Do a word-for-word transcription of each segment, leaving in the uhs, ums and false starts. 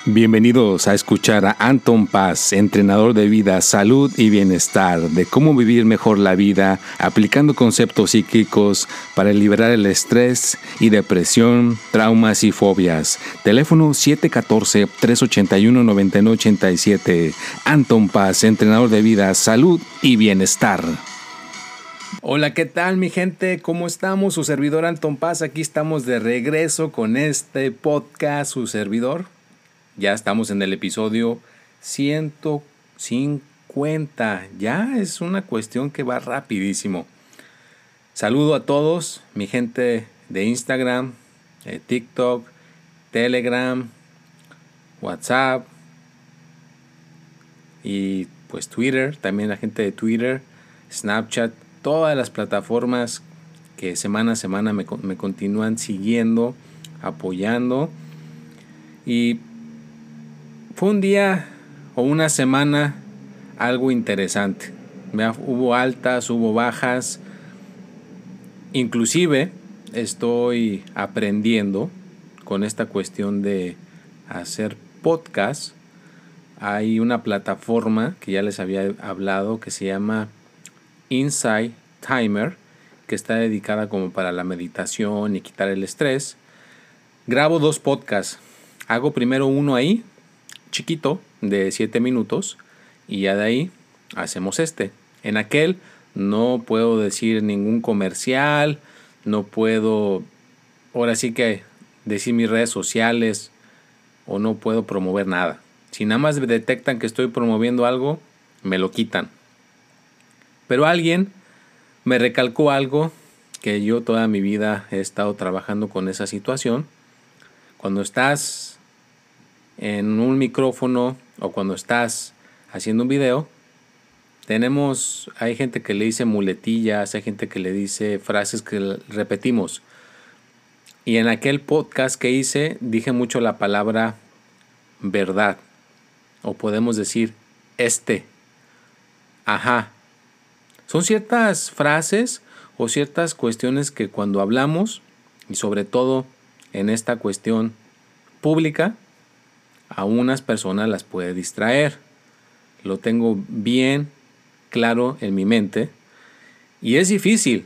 Bienvenidos a escuchar a Anton Paz, entrenador de vida, salud y bienestar, de cómo vivir mejor la vida, aplicando conceptos psíquicos para liberar el estrés y depresión, traumas y fobias. Teléfono siete uno cuatro, tres ocho uno, nueve nueve ocho siete. Anton Paz, entrenador de vida, salud y bienestar. Hola, ¿qué tal mi gente? ¿Cómo estamos? Su servidor Anton Paz, aquí estamos de regreso con este podcast, su servidor. Ya estamos en el episodio ciento cincuenta. Ya es una cuestión que va rapidísimo. Saludo a todos, mi gente de Instagram, eh, TikTok, Telegram, WhatsApp y pues Twitter. También la gente de Twitter, Snapchat, todas las plataformas que semana a semana me, me continúan siguiendo, apoyando. Y fue un día o una semana algo interesante. Hubo altas, hubo bajas. Inclusive estoy aprendiendo con esta cuestión de hacer podcast. Hay una plataforma que ya les había hablado que se llama Insight Timer, que está dedicada como para la meditación y quitar el estrés. Grabo dos podcasts. Hago primero uno ahí, chiquito, de siete minutos, y ya de ahí hacemos este. En aquel no puedo decir ningún comercial, no puedo ahora sí que decir mis redes sociales o no puedo promover nada. Si nada más detectan que estoy promoviendo algo, me lo quitan. Pero alguien me recalcó algo que yo toda mi vida he estado trabajando con esa situación. Cuando estás en un micrófono o cuando estás haciendo un video, tenemos, hay gente que le dice muletillas, hay gente que le dice frases que repetimos. Y en aquel podcast que hice dije mucho la palabra verdad, o podemos decir este, ajá. Son ciertas frases o ciertas cuestiones que cuando hablamos, y sobre todo en esta cuestión pública, a unas personas las puede distraer. Lo tengo bien claro en mi mente y es difícil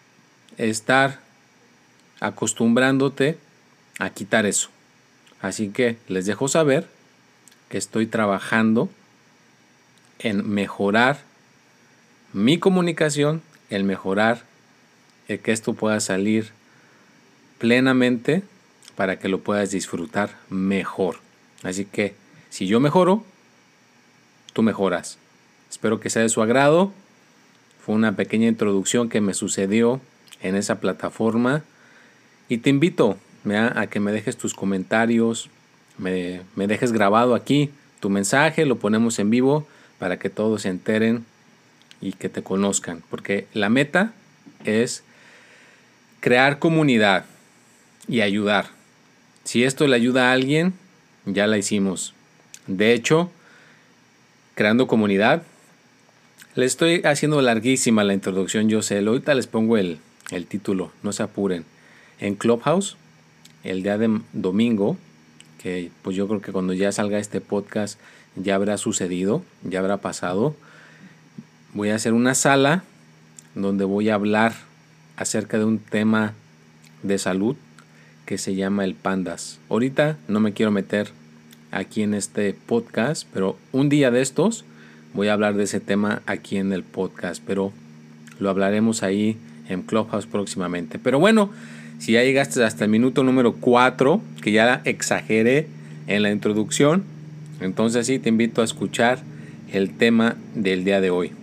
estar acostumbrándote a quitar eso. Así que les dejo saber que estoy trabajando en mejorar mi comunicación, en mejorar el que esto pueda salir plenamente para que lo puedas disfrutar mejor. Así que si yo mejoro, tú mejoras. Espero que sea de su agrado. Fue una pequeña introducción que me sucedió en esa plataforma. Y te invito ¿ya? a que me dejes tus comentarios, me, me dejes grabado aquí tu mensaje, lo ponemos en vivo para que todos se enteren y que te conozcan. Porque la meta es crear comunidad y ayudar. Si esto le ayuda a alguien, ya la hicimos. De hecho, creando comunidad, les estoy haciendo larguísima la introducción, yo sé. Ahorita les pongo el, el título, no se apuren. En Clubhouse, el día de domingo, que pues yo creo que cuando ya salga este podcast ya habrá sucedido, ya habrá pasado, voy a hacer una sala donde voy a hablar acerca de un tema de salud que se llama el Pandas. Ahorita no me quiero meter aquí en este podcast, pero un día de estos voy a hablar de ese tema aquí en el podcast, pero lo hablaremos ahí en Clubhouse próximamente. Pero bueno, si ya llegaste hasta el minuto número cuatro, que ya exageré en la introducción, entonces sí te invito a escuchar el tema del día de hoy.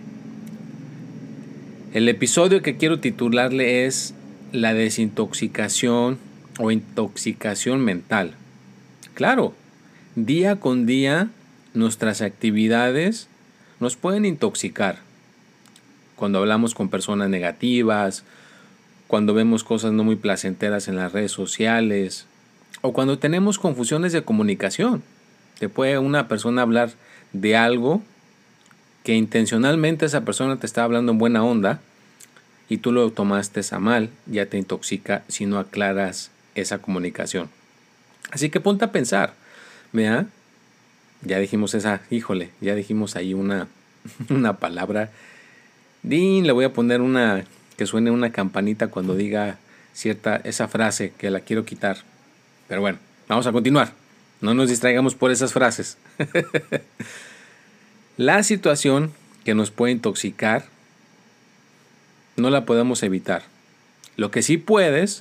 El episodio que quiero titularle es la desintoxicación o intoxicación mental. Claro, día con día nuestras actividades nos pueden intoxicar. Cuando hablamos con personas negativas, cuando vemos cosas no muy placenteras en las redes sociales o cuando tenemos confusiones de comunicación. Te puede una persona hablar de algo que intencionalmente esa persona te está hablando en buena onda y tú lo tomaste a mal, ya te intoxica si no aclaras esa comunicación. Así que ponte a pensar, ¿Vea? Ya dijimos esa, híjole, ya dijimos ahí una, una palabra. Din, le voy a poner una, que suene una campanita cuando diga cierta, esa frase que la quiero quitar. Pero bueno, vamos a continuar. No nos distraigamos por esas frases. La situación que nos puede intoxicar no la podemos evitar. Lo que sí puedes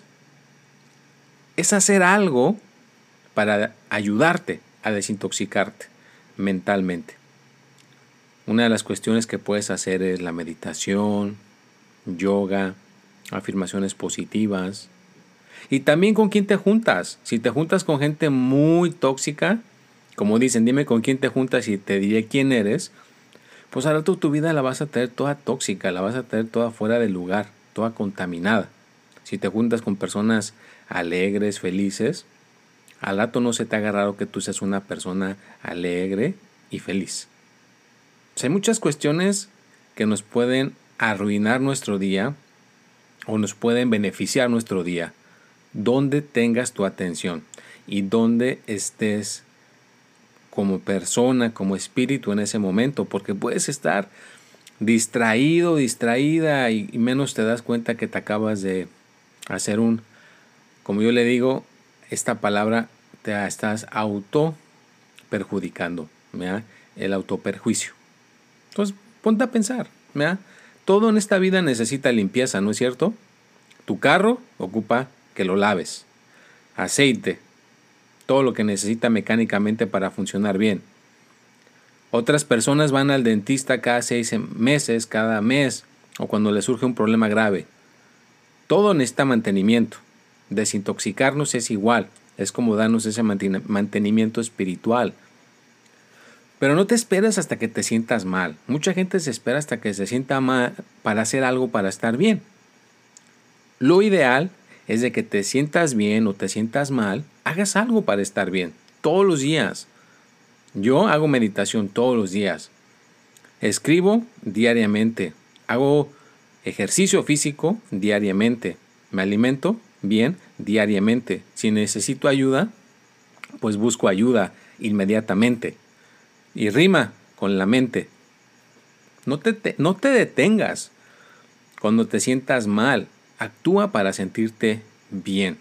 es hacer algo para ayudarte a desintoxicarte mentalmente. Una de las cuestiones que puedes hacer es la meditación, yoga, afirmaciones positivas. Y también con quién te juntas. Si te juntas con gente muy tóxica, como dicen, dime con quién te juntas y te diré quién eres, pues al rato tu vida la vas a tener toda tóxica, la vas a tener toda fuera de lugar, toda contaminada. Si te juntas con personas alegres, felices, al rato no se te haga raro que tú seas una persona alegre y feliz. O sea, hay muchas cuestiones que nos pueden arruinar nuestro día o nos pueden beneficiar nuestro día, donde tengas tu atención y donde estés como persona, como espíritu en ese momento, porque puedes estar distraído, distraída y menos te das cuenta que te acabas de hacer un, como yo le digo, esta palabra, te estás auto perjudicando, ¿verdad? El autoperjuicio. Entonces, ponte a pensar, ¿verdad? Todo en esta vida necesita limpieza, ¿no es cierto? Tu carro ocupa que lo laves. Aceite, todo lo que necesita mecánicamente para funcionar bien. Otras personas van al dentista cada seis meses, cada mes, o cuando les surge un problema grave. Todo necesita mantenimiento. Desintoxicarnos es igual, es como darnos ese mantenimiento espiritual. Pero no te esperes hasta que te sientas mal. Mucha gente se espera hasta que se sienta mal para hacer algo para estar bien. Lo ideal es de que te sientas bien o te sientas mal, hagas algo para estar bien, todos los días. Yo hago meditación todos los días. Escribo diariamente. Hago ejercicio físico diariamente. Me alimento bien diariamente. Si necesito ayuda, pues busco ayuda inmediatamente. Y rima con la mente. No te, te, no te detengas cuando te sientas mal. Actúa para sentirte bien.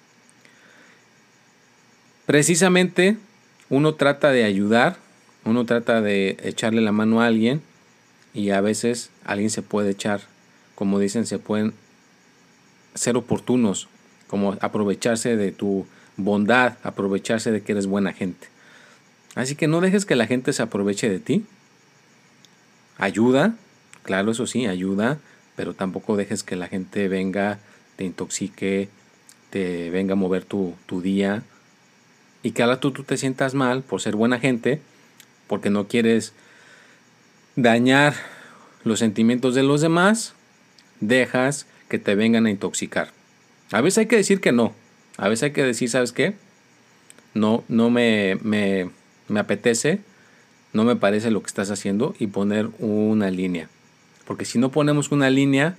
Precisamente uno trata de ayudar, uno trata de echarle la mano a alguien y a veces alguien se puede echar, como dicen, se pueden ser oportunos, como aprovecharse de tu bondad, aprovecharse de que eres buena gente. Así que no dejes que la gente se aproveche de ti. Ayuda, claro, eso sí, ayuda, pero tampoco dejes que la gente venga, te intoxique, te venga a mover tu, tu día y que ahora tú, tú te sientas mal por ser buena gente, porque no quieres dañar los sentimientos de los demás, dejas que te vengan a intoxicar. A veces hay que decir que no, a veces hay que decir, ¿sabes qué? No, no me... me me apetece, no me parece lo que estás haciendo y poner una línea. Porque si no ponemos una línea,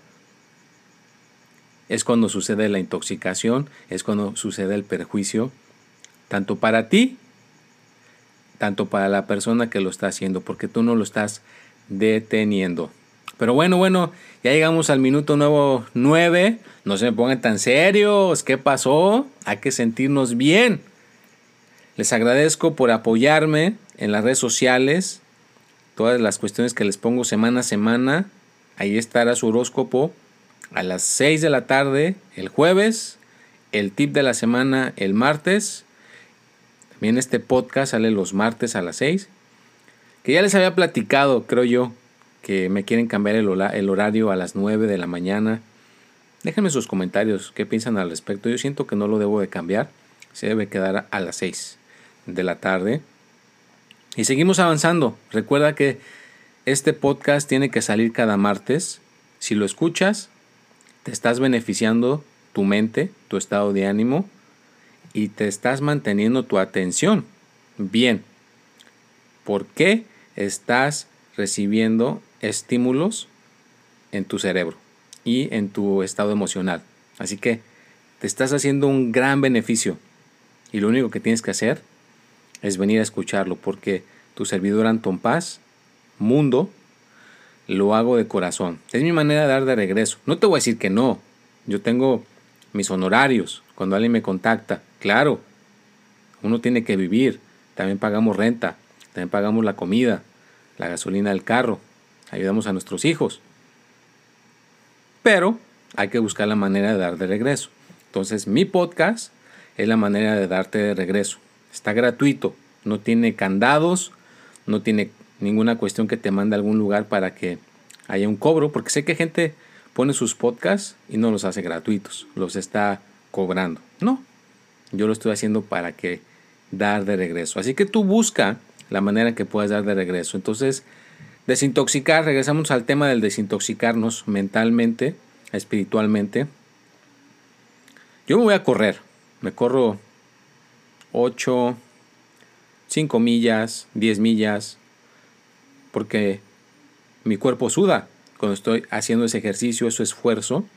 es cuando sucede la intoxicación, es cuando sucede el perjuicio, tanto para ti, tanto para la persona que lo está haciendo, porque tú no lo estás deteniendo. Pero bueno, bueno, ya llegamos al minuto nuevo nueve. No se me pongan tan serios. ¿Qué pasó? Hay que sentirnos bien. Les agradezco por apoyarme en las redes sociales, todas las cuestiones que les pongo semana a semana. Ahí estará su horóscopo a las seis de la tarde el jueves, el tip de la semana el martes. También este podcast sale los martes a las seis. Que ya les había platicado, creo yo, que me quieren cambiar el, el horario a las nueve de la mañana. Déjenme sus comentarios, qué piensan al respecto. Yo siento que no lo debo de cambiar, se debe quedar a las seis de la tarde. Y seguimos avanzando. Recuerda que este podcast tiene que salir cada martes. Si lo escuchas, te estás beneficiando tu mente, tu estado de ánimo y te estás manteniendo tu atención bien. ¿Por qué estás recibiendo estímulos en tu cerebro y en tu estado emocional? Así que te estás haciendo un gran beneficio y lo único que tienes que hacer es venir a escucharlo, porque tu servidor Anton Paz, mundo, lo hago de corazón. Es mi manera de dar de regreso. No te voy a decir que no. Yo tengo mis honorarios cuando alguien me contacta. Claro, uno tiene que vivir. También pagamos renta, también pagamos la comida, la gasolina del carro, ayudamos a nuestros hijos. Pero hay que buscar la manera de dar de regreso. Entonces, mi podcast es la manera de darte de regreso. Está gratuito, no tiene candados, no tiene ninguna cuestión que te mande a algún lugar para que haya un cobro, porque sé que gente pone sus podcasts y no los hace gratuitos, los está cobrando. No, yo lo estoy haciendo para que dar de regreso. Así que tú busca la manera en que puedas dar de regreso. Entonces, desintoxicar, regresamos al tema del desintoxicarnos mentalmente, espiritualmente. Yo me voy a correr, me corro ocho, cinco millas, diez millas, porque mi cuerpo suda cuando estoy haciendo ese ejercicio, ese esfuerzo,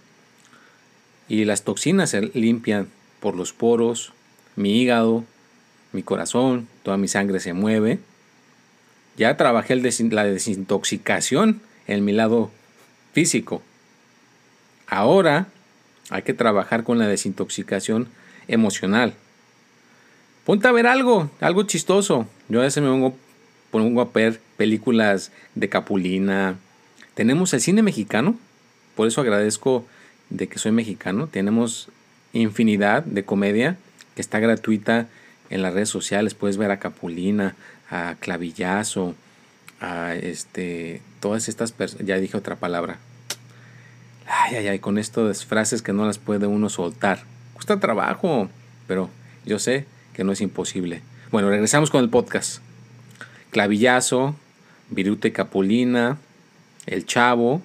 y las toxinas se limpian por los poros, mi hígado, mi corazón, toda mi sangre se mueve. Ya trabajé el desin- la desintoxicación en mi lado físico. Ahora hay que trabajar con la desintoxicación emocional. Ponte a ver algo, algo chistoso. Yo a veces me pongo, pongo a ver películas de Capulina. Tenemos el cine mexicano, por eso agradezco de que soy mexicano. Tenemos infinidad de comedia que está gratuita en las redes sociales. Puedes ver a Capulina, a Clavillazo, a este, todas estas personas. Ya dije otra palabra. Ay, ay, ay, con estas frases que no las puede uno soltar. Cuesta trabajo, pero yo sé que no es imposible. Bueno, regresamos con el podcast. Clavillazo, Viruta y Capulina, El Chavo.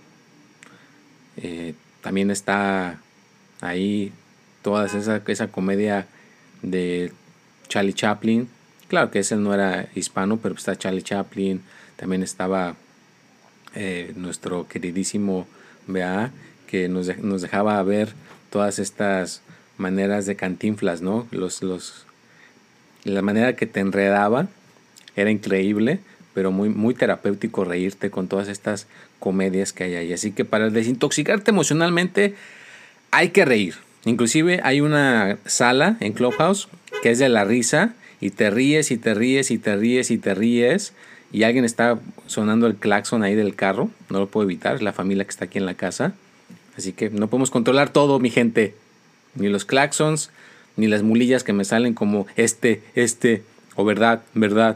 Eh, también está ahí toda esa, esa comedia de Charlie Chaplin. Claro que ese no era hispano, pero está Charlie Chaplin. También estaba eh, nuestro queridísimo B A, que nos, de, nos dejaba ver todas estas maneras de Cantinflas, ¿no? Los, los, la manera que te enredaba era increíble, pero muy, muy terapéutico reírte con todas estas comedias que hay ahí. Así que para desintoxicarte emocionalmente hay que reír. Inclusive hay una sala en Clubhouse que es de la risa y te ríes y te ríes y te ríes y te ríes y alguien está sonando el claxon ahí del carro. No lo puedo evitar, es la familia que está aquí en la casa. Así que no podemos controlar todo, mi gente. Ni los claxons, ni las mulillas que me salen como este, este, o verdad, verdad.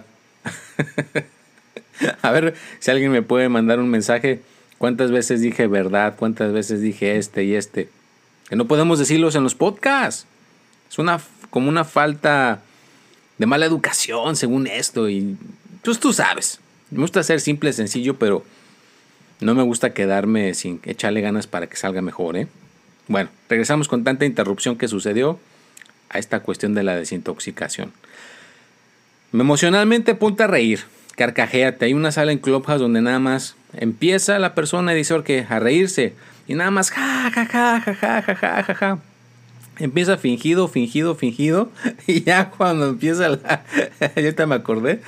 A ver si alguien me puede mandar un mensaje. ¿Cuántas veces dije verdad? ¿Cuántas veces dije este y este? Que no podemos decirlos en los podcasts. Es una como una falta de mala educación según esto. Y pues tú sabes. Me gusta ser simple, sencillo, pero no me gusta quedarme sin echarle ganas para que salga mejor, ¿eh? Bueno, regresamos con tanta interrupción que sucedió a esta cuestión de la desintoxicación. Emocionalmente ponte a reír, carcajéate. Hay una sala en Clubhouse donde nada más empieza la persona editor que a reírse y nada más ja ja ja ja ja ja ja ja ja. Empieza fingido, fingido, fingido y ya cuando empieza la ahorita me acordé.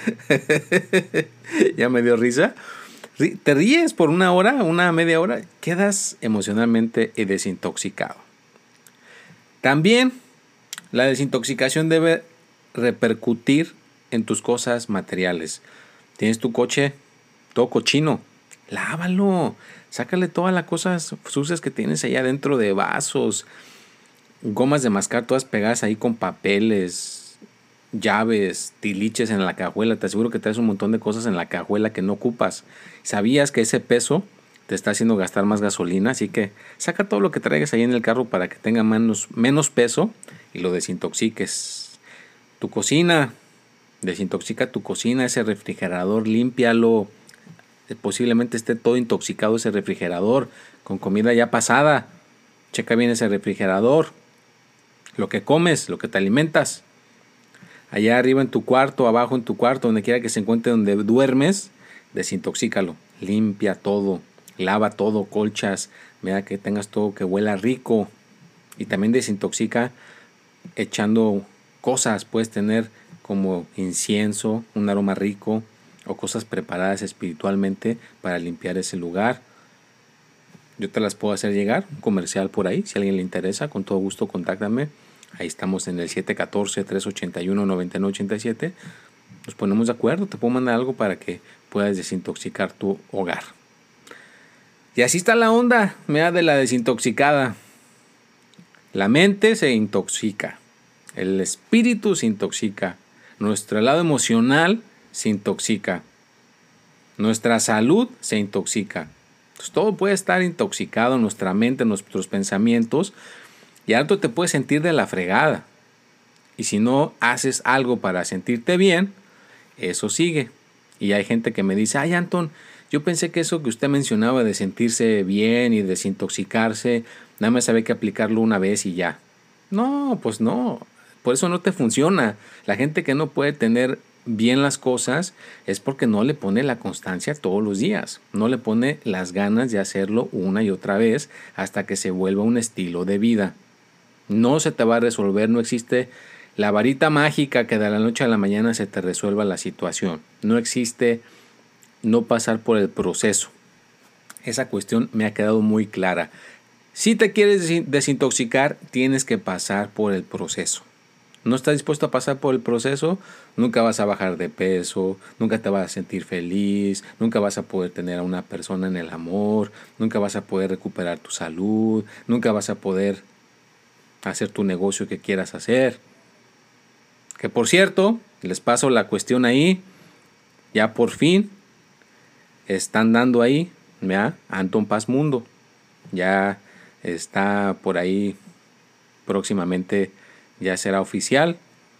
Ya me dio risa. Te ríes por una hora, una media hora, quedas emocionalmente desintoxicado. También la desintoxicación debe repercutir en tus cosas materiales. Tienes tu coche todo cochino, lávalo, sácale todas las cosas sucias que tienes allá dentro de vasos, gomas de mascar todas pegadas ahí con papeles, llaves, tiliches en la cajuela. Te aseguro que traes un montón de cosas en la cajuela que no ocupas. ¿Sabías que ese peso te está haciendo gastar más gasolina? Así que saca todo lo que traigas ahí en el carro para que tenga menos, menos peso y lo desintoxiques. Tu cocina, desintoxica tu cocina, ese refrigerador, límpialo. Posiblemente esté todo intoxicado ese refrigerador con comida ya pasada. Checa bien ese refrigerador, lo que comes, lo que te alimentas. Allá arriba en tu cuarto, abajo en tu cuarto, donde quiera que se encuentre donde duermes, desintoxícalo, limpia todo, lava todo, colchas, mira que tengas todo que huela rico. Y también desintoxica echando cosas. Puedes tener como incienso, un aroma rico o cosas preparadas espiritualmente para limpiar ese lugar. Yo te las puedo hacer llegar, un comercial por ahí, si a alguien le interesa, con todo gusto contáctame. Ahí estamos en el siete uno cuatro, tres ocho uno, nueve nueve ocho siete. Nos ponemos de acuerdo, te puedo mandar algo para que puedas desintoxicar tu hogar. Y así está la onda, mira, de la desintoxicada. La mente se intoxica, el espíritu se intoxica, nuestro lado emocional se intoxica, nuestra salud se intoxica. Entonces, todo puede estar intoxicado, nuestra mente, nuestros pensamientos, y algo te puedes sentir de la fregada. Y si no haces algo para sentirte bien, eso sigue. Y hay gente que me dice, ay, Anton, yo pensé que eso que usted mencionaba de sentirse bien y desintoxicarse, nada más había que aplicarlo una vez y ya. No, pues no. Por eso no te funciona. La gente que no puede tener bien las cosas es porque no le pone la constancia todos los días. No le pone las ganas de hacerlo una y otra vez hasta que se vuelva un estilo de vida. No se te va a resolver, no existe la varita mágica que de la noche a la mañana se te resuelva la situación. No existe no pasar por el proceso. Esa cuestión me ha quedado muy clara. Si te quieres desintoxicar, tienes que pasar por el proceso. No estás dispuesto a pasar por el proceso, nunca vas a bajar de peso, nunca te vas a sentir feliz, nunca vas a poder tener a una persona en el amor, nunca vas a poder recuperar tu salud, nunca vas a poder hacer tu negocio que quieras hacer. Que por cierto, les paso la cuestión ahí, ya por fin están dando ahí, ¿ya? Anton Paz Mundo, ya está por ahí próximamente, ya será oficial,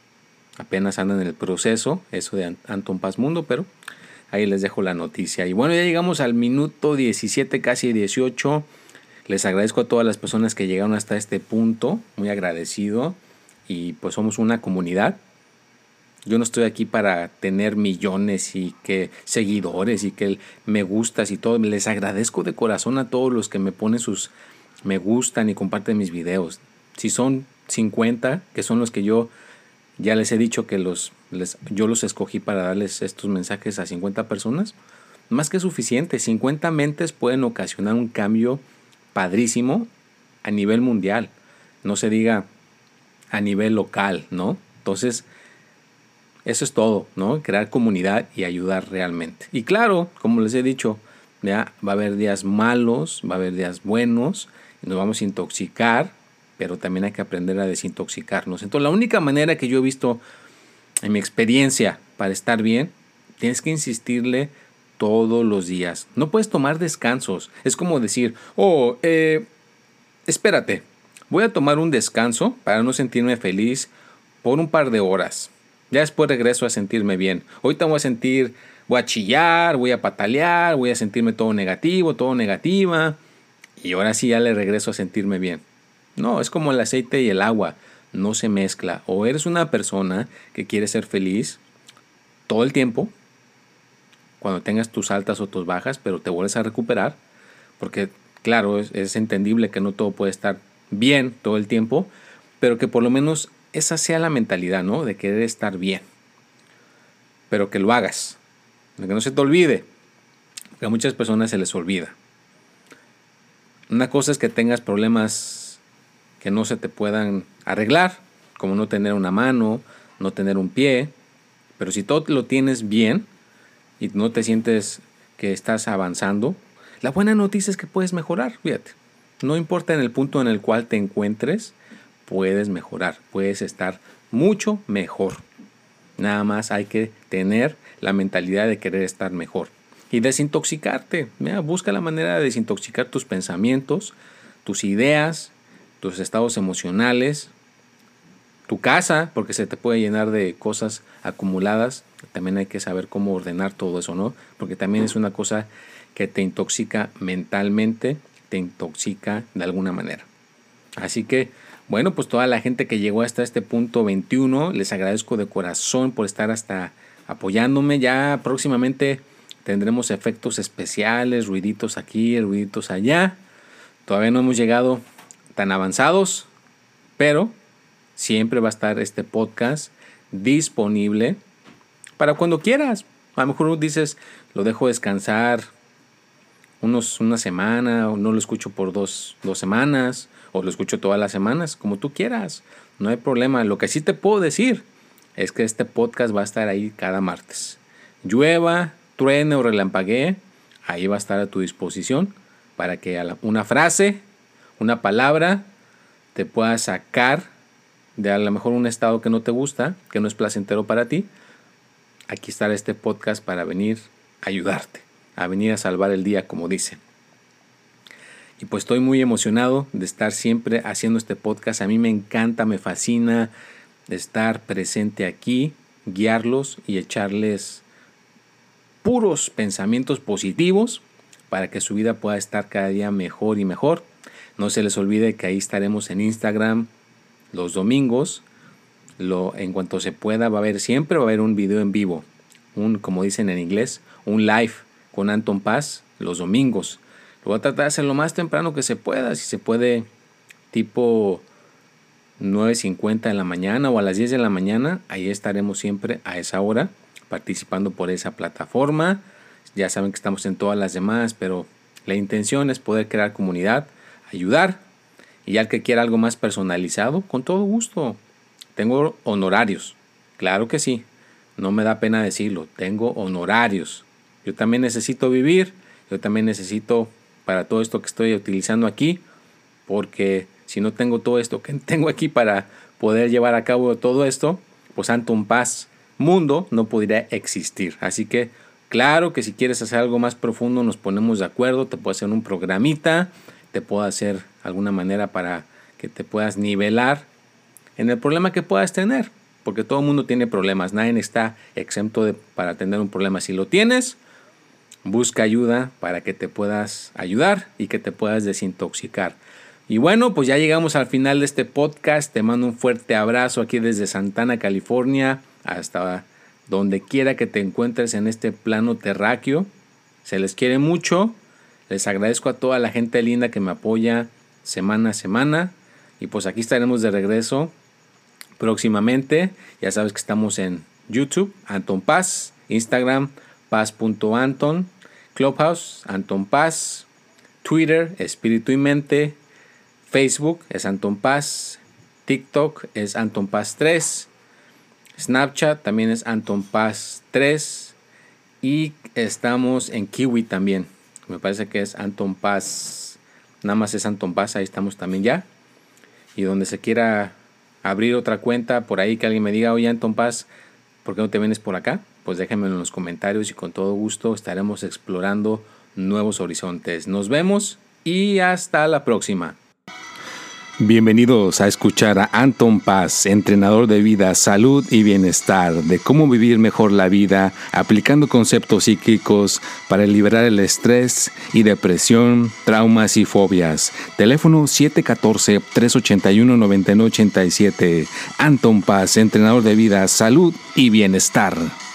apenas andan en el proceso, eso de Anton Paz Mundo, pero ahí les dejo la noticia. Y bueno, ya llegamos al minuto diecisiete, casi dieciocho. Les agradezco a todas las personas que llegaron hasta este punto, muy agradecido. Y pues somos una comunidad. Yo no estoy aquí para tener millones y que seguidores y que me gustas y todo. Les agradezco de corazón a todos los que me ponen sus me gustan y comparten mis videos. Si son cincuenta, que son los que yo ya les he dicho que los les, yo los escogí para darles estos mensajes a cincuenta personas, más que suficiente. cincuenta mentes pueden ocasionar un cambio padrísimo a nivel mundial. No se diga a nivel local, ¿no? Entonces, eso es todo, ¿no? Crear comunidad y ayudar realmente. Y claro, como les he dicho, ya va a haber días malos, va a haber días buenos, y nos vamos a intoxicar, pero también hay que aprender a desintoxicarnos. Entonces, la única manera que yo he visto en mi experiencia para estar bien, tienes que insistirle todos los días. No puedes tomar descansos. Es como decir, oh, eh, espérate, voy a tomar un descanso para no sentirme feliz por un par de horas. Ya después regreso a sentirme bien. Ahorita voy a sentir, voy a chillar, voy a patalear, voy a sentirme todo negativo, todo negativa. Y ahora sí ya le regreso a sentirme bien. No, es como el aceite y el agua. No se mezcla. O eres una persona que quiere ser feliz todo el tiempo, cuando tengas tus altas o tus bajas, pero te vuelves a recuperar. Porque, claro, es, es entendible que no todo puede estar bien todo el tiempo, pero que por lo menos esa sea la mentalidad, ¿no? De querer estar bien. Pero que lo hagas. De que no se te olvide. Porque a muchas personas se les olvida. Una cosa es que tengas problemas que no se te puedan arreglar, como no tener una mano, no tener un pie. Pero si todo lo tienes bien y no te sientes que estás avanzando, la buena noticia es que puedes mejorar, fíjate. No importa en el punto en el cual te encuentres, puedes mejorar, puedes estar mucho mejor. Nada más hay que tener la mentalidad de querer estar mejor. Y desintoxicarte. Mira, busca la manera de desintoxicar tus pensamientos, tus ideas, tus estados emocionales, tu casa, porque se te puede llenar de cosas acumuladas. También hay que saber cómo ordenar todo eso, ¿no? Porque también es una cosa que te intoxica mentalmente, te intoxica de alguna manera. Así que, bueno, pues toda la gente que llegó hasta este punto veintiuno, les agradezco de corazón por estar hasta apoyándome. Ya próximamente tendremos efectos especiales, ruiditos aquí, ruiditos allá. Todavía no hemos llegado tan avanzados, pero siempre va a estar este podcast disponible para cuando quieras. A lo mejor dices, lo dejo descansar unos, una semana, o no lo escucho por dos, dos semanas, o lo escucho todas las semanas, como tú quieras. No hay problema. Lo que sí te puedo decir es que este podcast va a estar ahí cada martes. Llueva, truene o relampaguee, ahí va a estar a tu disposición para que una frase, una palabra, te pueda sacar de a lo mejor un estado que no te gusta, que no es placentero para ti. Aquí estará este podcast para venir a ayudarte, a venir a salvar el día, como dicen. Y pues estoy muy emocionado de estar siempre haciendo este podcast. A mí me encanta, me fascina estar presente aquí, guiarlos y echarles puros pensamientos positivos para que su vida pueda estar cada día mejor y mejor. No se les olvide que ahí estaremos en Instagram los domingos. Lo, en cuanto se pueda, va a haber siempre va a haber un video en vivo, un, como dicen en inglés, un live con Anton Paz los domingos. Lo voy a tratar de hacer lo más temprano que se pueda, si se puede tipo nueve cincuenta de la mañana o a las diez de la mañana. Ahí estaremos siempre a esa hora participando por esa plataforma. Ya saben que estamos en todas las demás, pero la intención es poder crear comunidad, ayudar, y ya el que quiera algo más personalizado, con todo gusto. Tengo honorarios, claro que sí, no me da pena decirlo, tengo honorarios. Yo también necesito vivir, yo también necesito para todo esto que estoy utilizando aquí, porque si no tengo todo esto que tengo aquí para poder llevar a cabo todo esto, pues Anton Paz Mundo no podría existir. Así que claro que si quieres hacer algo más profundo nos ponemos de acuerdo, te puedo hacer un programita, te puedo hacer alguna manera para que te puedas nivelar en el problema que puedas tener, porque todo el mundo tiene problemas, nadie está exento de, para tener un problema. Si lo tienes, busca ayuda para que te puedas ayudar y que te puedas desintoxicar. Y bueno, pues ya llegamos al final de este podcast. Te mando un fuerte abrazo aquí desde Santana, California, hasta donde quiera que te encuentres en este plano terráqueo. Se les quiere mucho. Les agradezco a toda la gente linda que me apoya semana a semana. Y pues aquí estaremos de regreso próximamente. Ya sabes que estamos en YouTube, Anton Paz, Instagram, paz punto anton, Clubhouse, Anton Paz, Twitter, Espíritu y Mente, Facebook es Anton Paz, TikTok es Anton Paz tres, Snapchat también es Anton Paz tres y estamos en Kiwi también. Me parece que es Anton Paz, nada más es Anton Paz, ahí estamos también ya. Y donde se quiera abrir otra cuenta por ahí, que alguien me diga, oye Anton Paz, ¿por qué no te vienes por acá? Pues déjenmelo en los comentarios y con todo gusto estaremos explorando nuevos horizontes. Nos vemos y hasta la próxima. Bienvenidos a escuchar a Anton Paz, entrenador de vida, salud y bienestar, de cómo vivir mejor la vida, aplicando conceptos psíquicos para liberar el estrés y depresión, traumas y fobias. Teléfono siete uno cuatro, tres ocho uno, nueve nueve ocho siete. Anton Paz, entrenador de vida, salud y bienestar.